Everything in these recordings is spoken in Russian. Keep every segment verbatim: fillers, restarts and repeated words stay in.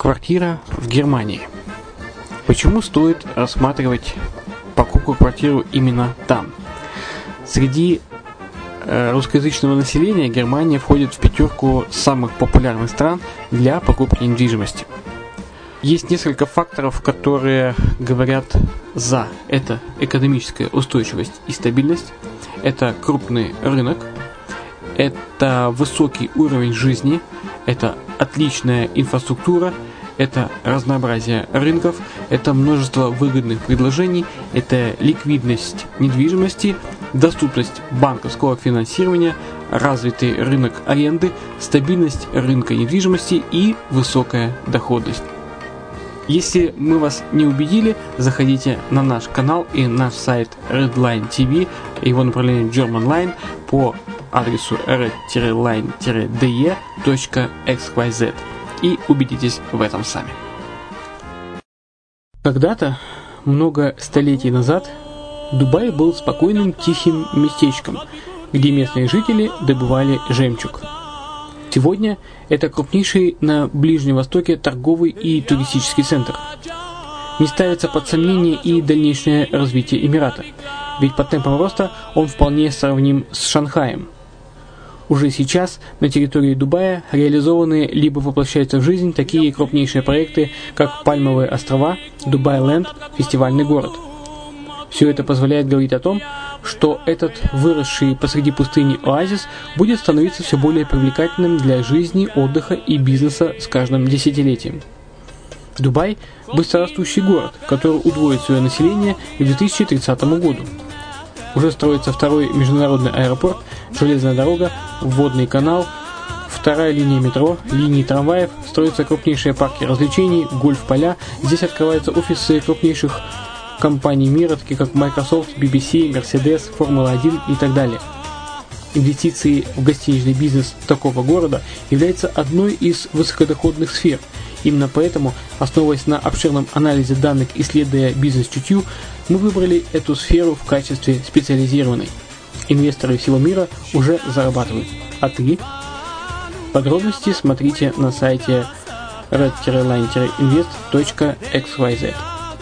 Квартира в Германии. Почему стоит рассматривать покупку квартиры именно там? Среди э, русскоязычного населения Германия входит в пятерку самых популярных стран для покупки недвижимости. Есть несколько факторов, которые говорят за. Это экономическая устойчивость и стабильность, это крупный рынок, это высокий уровень жизни, это отличная инфраструктура, это разнообразие рынков, это множество выгодных предложений, это ликвидность недвижимости, доступность банковского финансирования, развитый рынок аренды, стабильность рынка недвижимости и высокая доходность. Если мы вас не убедили, заходите на наш канал и наш сайт Redline ти ви, его направление Germanline по адресу red line de точка экс уай зет и убедитесь в этом сами. Когда-то, много столетий назад, Дубай был спокойным тихим местечком, где местные жители добывали жемчуг. Сегодня это крупнейший на Ближнем Востоке торговый и туристический центр. Не ставится под сомнение и дальнейшее развитие Эмирата, ведь по темпам роста он вполне сравним с Шанхаем. Уже сейчас на территории Дубая реализованы либо воплощаются в жизнь такие крупнейшие проекты, как Пальмовые острова, Дубай-Ленд, фестивальный город. Все это позволяет говорить о том, что этот выросший посреди пустыни оазис будет становиться все более привлекательным для жизни, отдыха и бизнеса с каждым десятилетием. Дубай – быстрорастущий город, который удвоит свое население к две тысячи тридцатому году. Уже строится второй международный аэропорт, железная дорога, водный канал, вторая линия метро, линии трамваев, строятся крупнейшие парки развлечений, гольф-поля. Здесь открываются офисы крупнейших компаний мира, таких как Microsoft, би би си, Mercedes, Формула один и так далее. Инвестиции в гостиничный бизнес такого города являются одной из высокодоходных сфер. Именно поэтому, основываясь на обширном анализе данных, исследуя бизнес-чутью, мы выбрали эту сферу в качестве специализированной. Инвесторы всего мира уже зарабатывают. А ты? Подробности смотрите на сайте red line invest точка экс уай зет.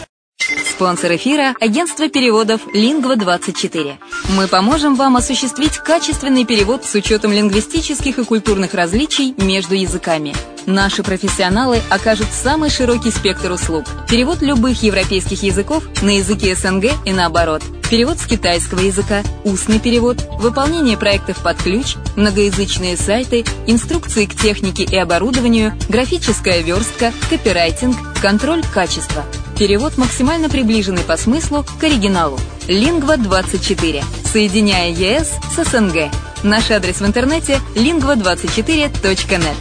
Спонсор эфира – агентство переводов Lingva двадцать четыре. Мы поможем вам осуществить качественный перевод с учетом лингвистических и культурных различий между языками. Наши профессионалы окажут самый широкий спектр услуг. Перевод любых европейских языков на языки эс эн гэ и наоборот. Перевод с китайского языка, устный перевод, выполнение проектов под ключ, многоязычные сайты, инструкции к технике и оборудованию, графическая верстка, копирайтинг, контроль качества. Перевод максимально приближенный по смыслу к оригиналу. Lingva двадцать четыре. Соединяя е эс с эс эн гэ. Наш адрес в интернете lingva двадцать четыре точка нет.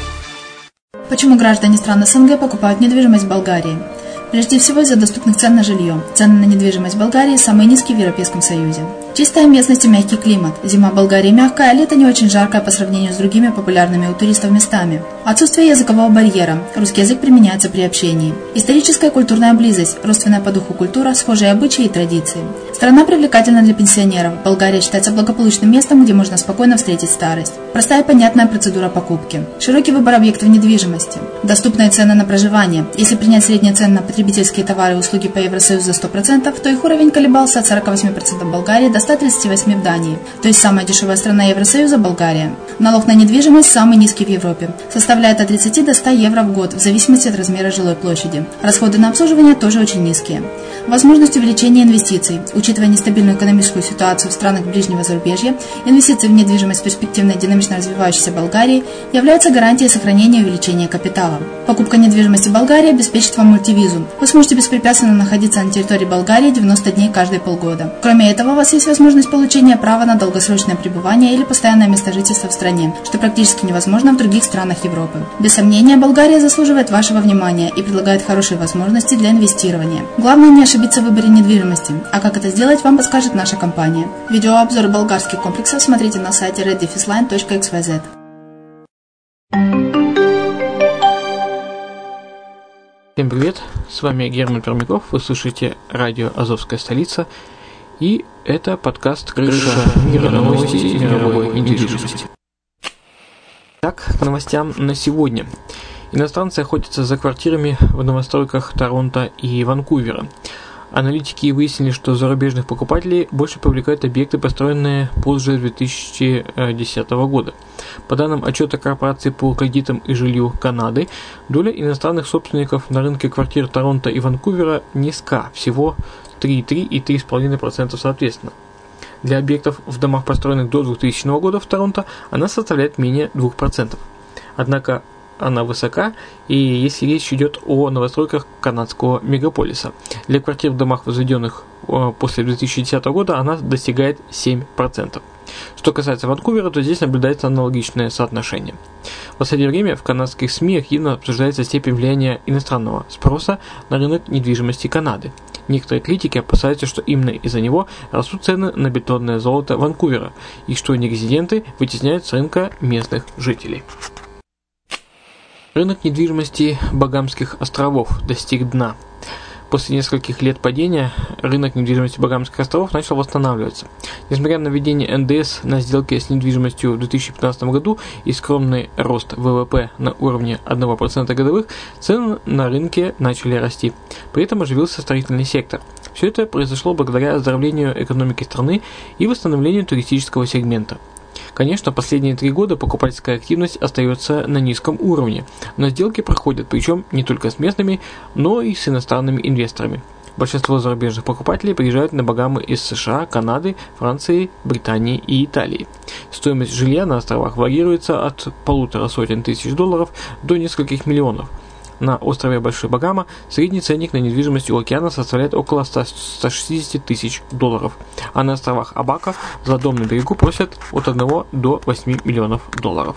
Почему граждане стран эс эн гэ покупают недвижимость в Болгарии? Прежде всего из-за доступных цен на жилье. Цены на недвижимость в Болгарии самые низкие в Европейском Союзе. Чистая местность и мягкий климат. Зима в Болгарии мягкая, а лето не очень жаркое по сравнению с другими популярными у туристов местами. Отсутствие языкового барьера. Русский язык применяется при общении. Историческая и культурная близость. Родственная по духу культура, схожие обычаи и традиции. Страна привлекательна для пенсионеров. Болгария считается благополучным местом, где можно спокойно встретить старость. Простая и понятная процедура покупки. Широкий выбор объектов недвижимости. Доступные цены на проживание. Если принять средние цены на потребительские товары и услуги по Евросоюзу за сто процентов, то их уровень колебался от сорок восемь процентов в Болгарии до ста тридцати восьми процентов в Дании. То есть самая дешевая страна Евросоюза – Болгария. Налог на недвижимость самый низкий в Европе. Составляет от тридцати до ста евро в год, в зависимости от размера жилой площади. Расходы на обслуживание тоже очень низкие. Возможность увеличения инвестиций. Учитывая нестабильную экономическую ситуацию в странах ближнего зарубежья, инвестиции в недвижимость в перспективной динамично развивающейся Болгарии являются гарантией сохранения и увеличения капитала. Покупка недвижимости в Болгарии обеспечит вам мультивизу. Вы сможете беспрепятственно находиться на территории Болгарии девяносто дней каждые полгода. Кроме этого, у вас есть возможность получения права на долгосрочное пребывание или постоянное место жительства в стране, что практически невозможно в других странах Европы. Без сомнения, Болгария заслуживает вашего внимания и предлагает хорошие возможности для инвестирования. Главное не ошибиться в выборе недвижимости, а как это сделать, вам подскажет наша компания. Видеообзор болгарских комплексов смотрите на сайте red line точка экс уай зет. Всем привет, с вами Герман Пермяков, вы слушаете радио «Азовская столица», и это подкаст «Крыша мира. Новости мировой недвижимости». Так, к новостям на сегодня. Иностранцы охотятся за квартирами в новостройках Торонто и Ванкувера. Аналитики выяснили, что зарубежных покупателей больше привлекают объекты, построенные позже две тысячи десятого года. По данным отчета корпорации по кредитам и жилью Канады, доля иностранных собственников на рынке квартир Торонто и Ванкувера низка, всего три целых три и три целых пять десятых процента соответственно. Для объектов в домах, построенных до двухтысячного года в Торонто, она составляет менее двух процентов. Однако она высока, и если речь идет о новостройках канадского мегаполиса. Для квартир в домах, возведенных после две тысячи десятого года, она достигает семь процентов. Что касается Ванкувера, то здесь наблюдается аналогичное соотношение. В последнее время в канадских СМИ активно обсуждается степень влияния иностранного спроса на рынок недвижимости Канады. Некоторые критики опасаются, что именно из-за него растут цены на бетонное золото Ванкувера, и что нерезиденты вытесняют с рынка местных жителей. Рынок недвижимости Багамских островов достиг дна. После нескольких лет падения рынок недвижимости Багамских островов начал восстанавливаться. Несмотря на введение эн дэ эс на сделки с недвижимостью в две тысячи пятнадцатом году и скромный рост вэ вэ пэ на уровне одного процента годовых, цены на рынке начали расти. При этом оживился строительный сектор. Все это произошло благодаря оздоровлению экономики страны и восстановлению туристического сегмента. Конечно, последние три года покупательская активность остается на низком уровне, но сделки проходят, причем не только с местными, но и с иностранными инвесторами. Большинство зарубежных покупателей приезжают на Багамы из США, Канады, Франции, Британии и Италии. Стоимость жилья на островах варьируется от полутора сотен тысяч долларов до нескольких миллионов. На острове Большой Багама средний ценник на недвижимость у океана составляет около ста шестидесяти тысяч долларов, а на островах Абака за дом на берегу просят от одного до восьми миллионов долларов.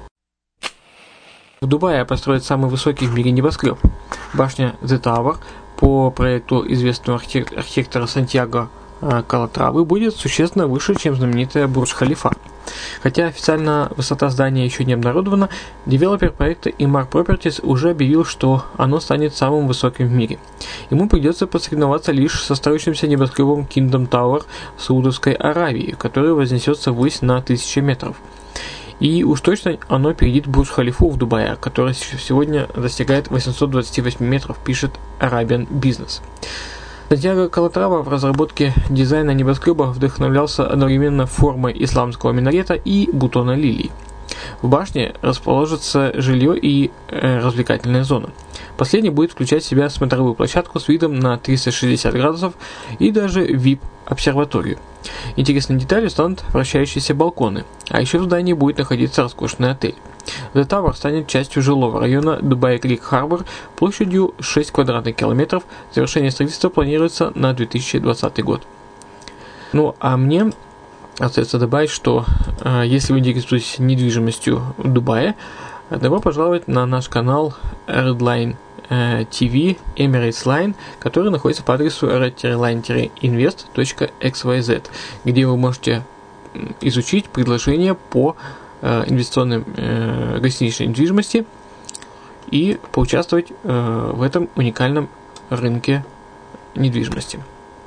В Дубае построят самый высокий в мире небоскреб. Башня The Tower по проекту известного архитектора Сантьяго Калатравы будет существенно выше, чем знаменитая Бурдж-Халифа. Хотя официально высота здания еще не обнародована, девелопер проекта Emaar Properties уже объявил, что оно станет самым высоким в мире. Ему придется посоревноваться лишь со строящимся небоскребом Kingdom Tower в Саудовской Аравии, который вознесется ввысь на тысячи метров. И уж точно оно опередит Бурдж-Халифу в Дубае, который сегодня достигает восемьсот двадцать восемь метров, пишет Arabian Business. Сантьяго Калатрава в разработке дизайна небоскреба вдохновлялся одновременно формой исламского минарета и бутона лилий. В башне расположится жилье и э, развлекательная зона. Последний будет включать в себя смотровую площадку с видом на триста шестьдесят градусов и даже ви ай пи-обсерваторию. Интересной деталью станут вращающиеся балконы, а еще в здании будет находиться роскошный отель. The Tower станет частью жилого района Dubai Creek Harbor площадью шесть квадратных километров. Завершение строительства планируется на две тысячи двадцатый год. Ну, а мне остается добавить, что э, если вы интересуетесь недвижимостью в Дубае, добро пожаловать на наш канал Redline э, ти ви Emirates Line, который находится по адресу red invest точка экс уай зет, где вы можете изучить предложения по э, инвестиционной э, гостиничной недвижимости и поучаствовать э, в этом уникальном рынке недвижимости.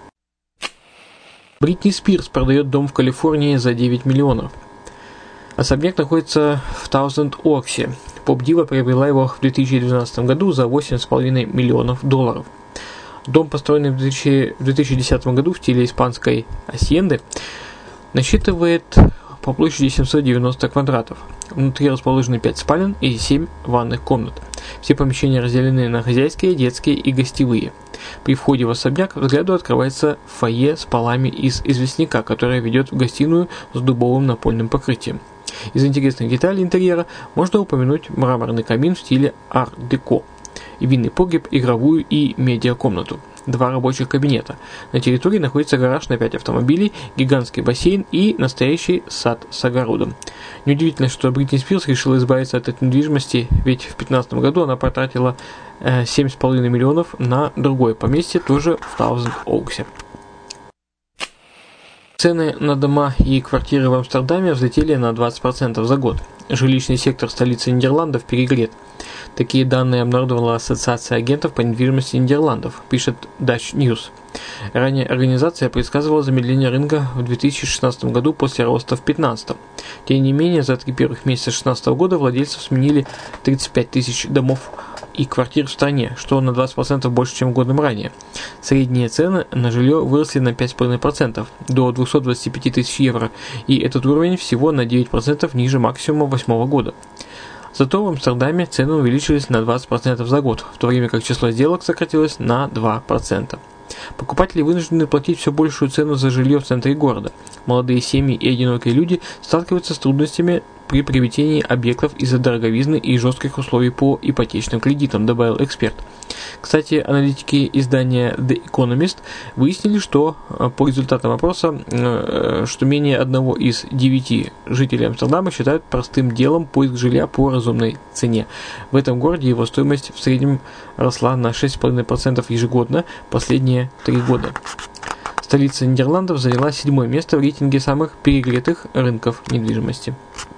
Бритни Спирс продает дом в Калифорнии за девять миллионов. Особняк находится в Таузенд Оксе. Поп-дива приобрела его в две тысячи двенадцатом году за восемь с половиной миллионов долларов. Дом, построенный в две тысячи десятом году в стиле испанской асьенды, насчитывает по площади семьсот девяносто квадратов. Внутри расположены пять спален и семь ванных комнат. Все помещения разделены на хозяйские, детские и гостевые. При входе в особняк взгляду открывается фойе с полами из известняка, которое ведет в гостиную с дубовым напольным покрытием. Из интересных деталей интерьера можно упомянуть мраморный камин в стиле ар-деко, винный погреб, игровую и медиакомнату, два рабочих кабинета. На территории находится гараж на пять автомобилей, гигантский бассейн и настоящий сад с огородом. Неудивительно, что Бритни Спирс решила избавиться от этой недвижимости, ведь в две тысячи пятнадцатом году она потратила э, семь с половиной миллионов на другое поместье, тоже в Таузенд Оуксе. Цены на дома и квартиры в Амстердаме взлетели на двадцать процентов за год. Жилищный сектор столицы Нидерландов перегрет. Такие данные обнародовала Ассоциация агентов по недвижимости Нидерландов, пишет Dutch News. Ранее организация предсказывала замедление рынка в две тысячи шестнадцатом году после роста в две тысячи пятнадцатом. Тем не менее, за три первых месяца две тысячи шестнадцатого года владельцев сменили тридцать пять тысяч домов и квартир в стране, что на двадцать процентов больше, чем годом ранее. Средние цены на жилье выросли на пять целых пять десятых процента до двухсот двадцати пяти тысяч евро, и этот уровень всего на девять процентов ниже максимума две тысячи восьмого года. Зато в Амстердаме цены увеличились на двадцать процентов за год, в то время как число сделок сократилось на два процента. Покупатели вынуждены платить все большую цену за жилье в центре города. Молодые семьи и одинокие люди сталкиваются с трудностями при приобретении объектов из-за дороговизны и жестких условий по ипотечным кредитам, добавил эксперт. Кстати, аналитики издания The Economist выяснили, что по результатам опроса, что менее одного из девяти жителей Амстердама считают простым делом поиск жилья по разумной цене. В этом городе его стоимость в среднем росла на шесть целых пять десятых процента ежегодно последние три года. Столица Нидерландов заняла седьмое место в рейтинге самых перегретых рынков недвижимости.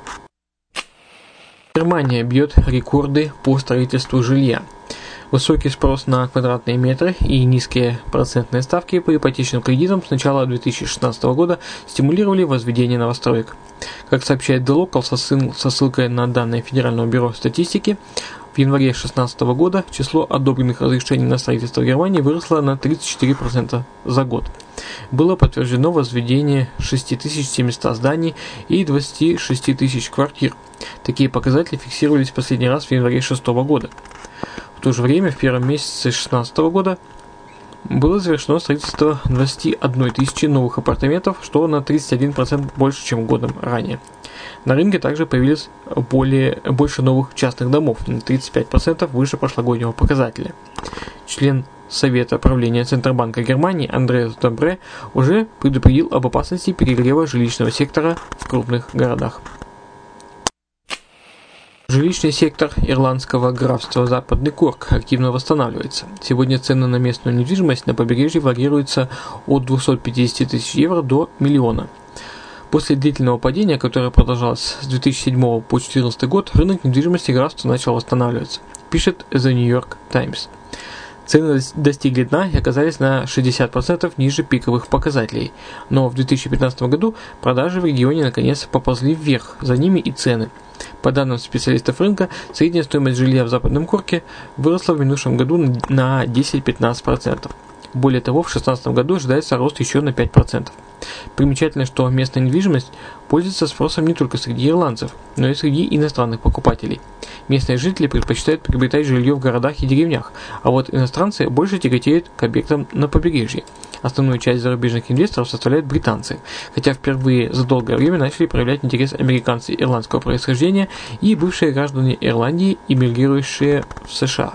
Германия бьет рекорды по строительству жилья. Высокий спрос на квадратные метры и низкие процентные ставки по ипотечным кредитам с начала две тысячи шестнадцатого года стимулировали возведение новостроек. Как сообщает The Local со ссылкой на данные Федерального бюро статистики, в январе две тысячи шестнадцатого года число одобренных разрешений на строительство в Германии выросло на тридцать четыре процента за год. Было подтверждено возведение шесть тысяч семьсот зданий и двадцать шесть тысяч квартир. Такие показатели фиксировались в последний раз в январе две тысячи шестого года. В то же время в первом месяце две тысячи шестнадцатого года было завершено строительство двадцати одной тысячи новых апартаментов, что на тридцать один процент больше, чем годом ранее. На рынке также появилось более, больше новых частных домов, на тридцать пять процентов выше прошлогоднего показателя. Член Совета правления Центробанка Германии Андреас Добре уже предупредил об опасности перегрева жилищного сектора в крупных городах. Жилищный сектор ирландского графства Западный Корк активно восстанавливается. Сегодня цены на местную недвижимость на побережье варьируются от двухсот пятидесяти тысяч евро до миллиона. После длительного падения, которое продолжалось с две тысячи седьмого по две тысячи четырнадцатый год, рынок недвижимости графства начал восстанавливаться, пишет The New York Times. Цены достигли дна и оказались на шестьдесят процентов ниже пиковых показателей, но в две тысячи пятнадцатом году продажи в регионе наконец поползли вверх, за ними и цены. По данным специалистов рынка, средняя стоимость жилья в Западном Корке выросла в минувшем году на десять-пятнадцать процентов. Более того, в две тысячи шестнадцатом году ожидается рост еще на пять процентов. Примечательно, что местная недвижимость пользуется спросом не только среди ирландцев, но и среди иностранных покупателей. Местные жители предпочитают приобретать жилье в городах и деревнях, а вот иностранцы больше тяготеют к объектам на побережье. Основную часть зарубежных инвесторов составляют британцы, хотя впервые за долгое время начали проявлять интерес американцы ирландского происхождения и бывшие граждане Ирландии, эмигрирующие в США.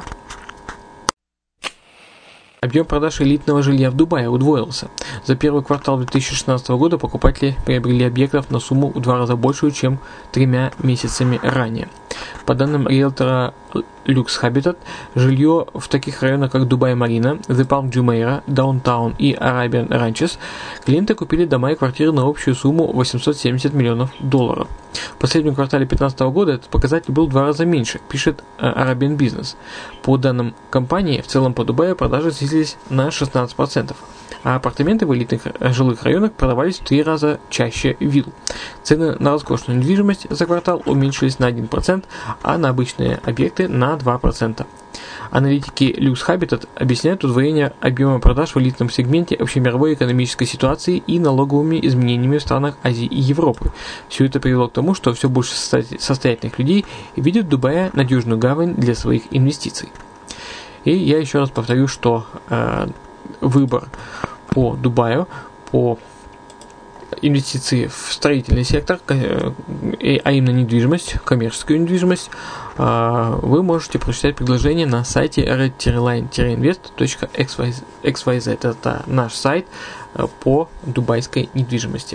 Объем продаж элитного жилья в Дубае удвоился. За первый квартал две тысячи шестнадцатого года покупатели приобрели объектов на сумму в два раза большую, чем тремя месяцами ранее. По данным риэлтора Lux Habitat, жилье в таких районах, как Дубай-Марина, The Palm Jumeirah, Даунтаун и Arabian Ranches, клиенты купили дома и квартиры на общую сумму восемьсот семьдесят миллионов долларов. В последнем квартале две тысячи пятнадцатого года этот показатель был в два раза меньше, пишет Arabian Business. По данным компании, в целом по Дубаю продажи снизились на шестнадцать процентов, а апартаменты в элитных жилых районах продавались в три раза чаще вилл. Цены на роскошную недвижимость за квартал уменьшились на один процент, а на обычные объекты на два процента. Аналитики Lux Habitat объясняют удвоение объема продаж в элитном сегменте общемировой экономической ситуации и налоговыми изменениями в странах Азии и Европы. Все это привело к тому, что все больше состоятельных людей видят в Дубае надежную гавань для своих инвестиций. И я еще раз повторю, что э, выбор по Дубаю, по инвестиции в строительный сектор, а именно недвижимость, коммерческую недвижимость, вы можете прочитать предложение на сайте red-line invest точка икс вай зет. Это наш сайт по дубайской недвижимости.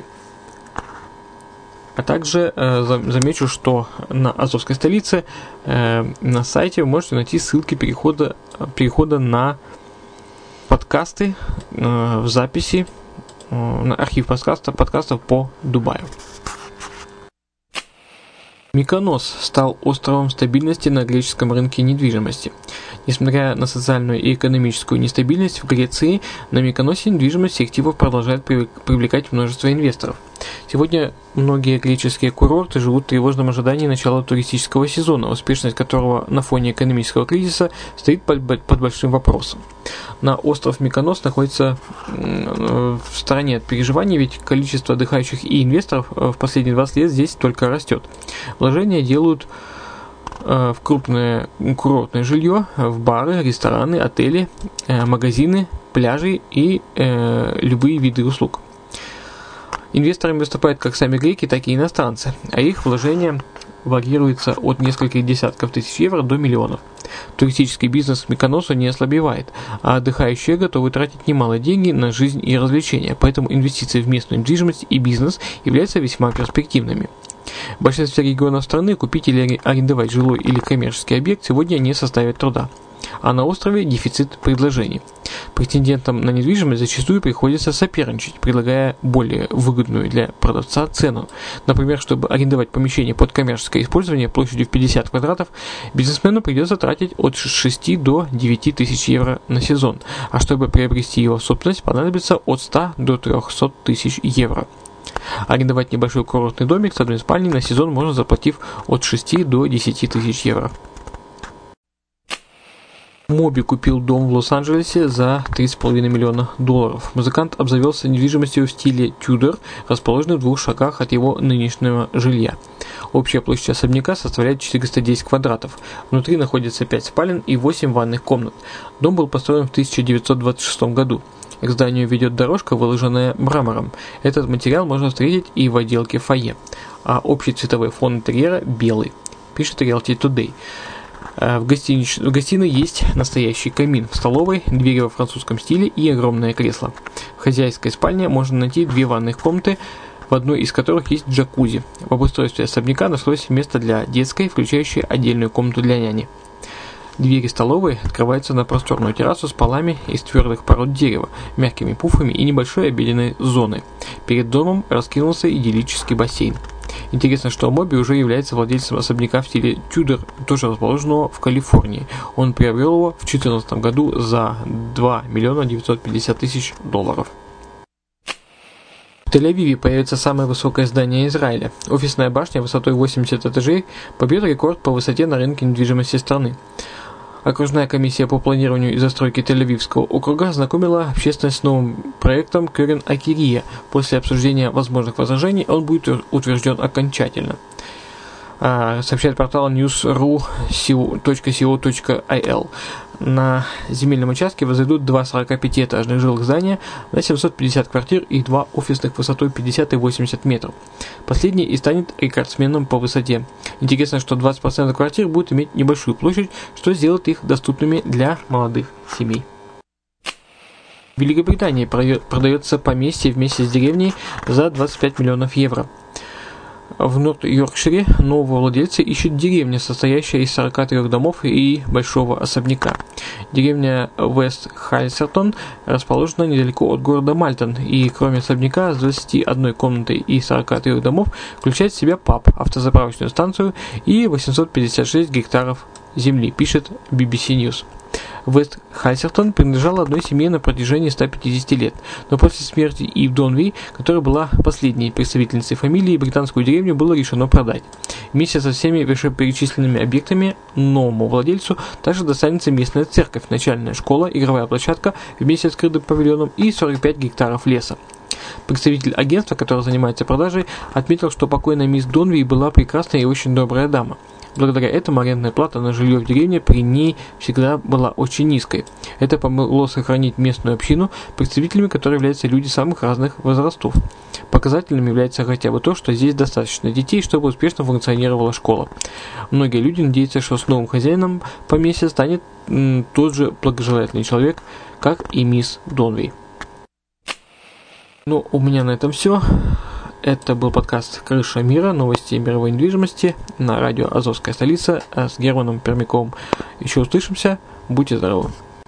А также замечу, что на Азовской столице на сайте вы можете найти ссылки перехода, перехода на подкасты в записи на архив подкаста, подкастов по Дубаю. Миконос стал островом стабильности на греческом рынке недвижимости. Несмотря на социальную и экономическую нестабильность в Греции, на Миконосе недвижимость активов продолжает привлекать множество инвесторов. Сегодня многие греческие курорты живут в тревожном ожидании начала туристического сезона, успешность которого на фоне экономического кризиса стоит под, под большим вопросом. На остров Миконос находится в стороне от переживаний, ведь количество отдыхающих и инвесторов в последние двадцать лет здесь только растет. Вложения делают в крупное курортное жилье, в бары, рестораны, отели, магазины, пляжи и э, любые виды услуг. Инвесторами выступают как сами греки, так и иностранцы, а их вложения варьируются от нескольких десятков тысяч евро до миллионов. Туристический бизнес Миконосу не ослабевает, а отдыхающие готовы тратить немало денег на жизнь и развлечения, поэтому инвестиции в местную недвижимость и бизнес являются весьма перспективными. В большинстве регионов страны купить или арендовать жилой или коммерческий объект сегодня не составит труда, а на острове дефицит предложений. Претендентам на недвижимость зачастую приходится соперничать, предлагая более выгодную для продавца цену. Например, чтобы арендовать помещение под коммерческое использование площадью в пятьдесят квадратов, бизнесмену придется тратить от шести до девяти тысяч евро на сезон, а чтобы приобрести его в собственность, понадобится от ста до трехсот тысяч евро. Арендовать небольшой курортный домик с одной спальней на сезон можно, заплатив от шести до десяти тысяч евро. Моби купил дом в Лос-Анджелесе за три с половиной миллиона долларов. Музыкант обзавелся недвижимостью в стиле Тюдор, расположенной в двух шагах от его нынешнего жилья. Общая площадь особняка составляет четыреста десять квадратов. Внутри находится пять спален и восемь ванных комнат. Дом был построен в тысяча девятьсот двадцать шестом году. К зданию ведет дорожка, выложенная мрамором. Этот материал можно встретить и в отделке фойе. А общий цветовой фон интерьера белый, пишет Realty Today. В, гостинич... в гостиной есть настоящий камин, в столовой двери во французском стиле и огромное кресло. В хозяйской спальне можно найти две ванных комнаты, в одной из которых есть джакузи. В обустройстве особняка нашлось место для детской, включающей отдельную комнату для няни. Двери столовой открываются на просторную террасу с полами из твердых пород дерева, мягкими пуфами и небольшой обеденной зоной. Перед домом раскинулся идиллический бассейн. Интересно, что Моби уже является владельцем особняка в стиле Тюдор, тоже расположенного в Калифорнии. Он приобрел его в две тысячи четырнадцатом году за два миллиона девятьсот пятьдесят тысяч долларов. В Тель-Авиве появится самое высокое здание Израиля. Офисная башня высотой восемьдесят этажей побьет рекорд по высоте на рынке недвижимости страны. Окружная комиссия по планированию и застройке Тель-Авивского округа ознакомила общественность с новым проектом Кёрен Акирия. После обсуждения возможных возражений он будет утвержден окончательно. А, сообщает портал ньюс точка ко точка ай эл. На земельном участке возведут два сорокапятиэтажных жилых здания на семьсот пятьдесят квартир и два офисных высотой пятьдесят и восемьдесят метров. Последний и станет рекордсменом по высоте. Интересно, что двадцать процентов квартир будут иметь небольшую площадь, что сделает их доступными для молодых семей. В Великобритании продается поместье вместе с деревней за двадцать пять миллионов евро. В Норт-Йоркшире нового владельца ищет деревня, состоящая из сорока трёх домов и большого особняка. Деревня Вест-Хальсертон расположена недалеко от города Мальтон и, кроме особняка с двадцати одной комнатой и сорока трёх домов, включает в себя паб, автозаправочную станцию и восемьсот пятьдесят шесть гектаров земли, пишет би би си News. Вест-Хальсертон принадлежал одной семье на протяжении ста пятидесяти лет, но после смерти Ив Донви, которая была последней представительницей фамилии, британскую деревню было решено продать. Вместе со всеми вышеперечисленными объектами новому владельцу также достанется местная церковь, начальная школа, игровая площадка вместе с крытым павильоном и сорок пять гектаров леса. Представитель агентства, которое занимается продажей, отметил, что покойная мисс Донви была прекрасная и очень добрая дама. Благодаря этому арендная плата на жилье в деревне при ней всегда была очень низкой. Это помогло сохранить местную общину, представителями которой являются люди самых разных возрастов. Показательным является хотя бы то, что здесь достаточно детей, чтобы успешно функционировала школа. Многие люди надеются, что с новым хозяином поместья станет м, тот же благожелательный человек, как и мисс Донви. Ну, у меня на этом все. Это был подкаст «Крыша мира. Новости мировой недвижимости» на радио «Азовская столица» с Германом Пермяковым. Еще услышимся. Будьте здоровы.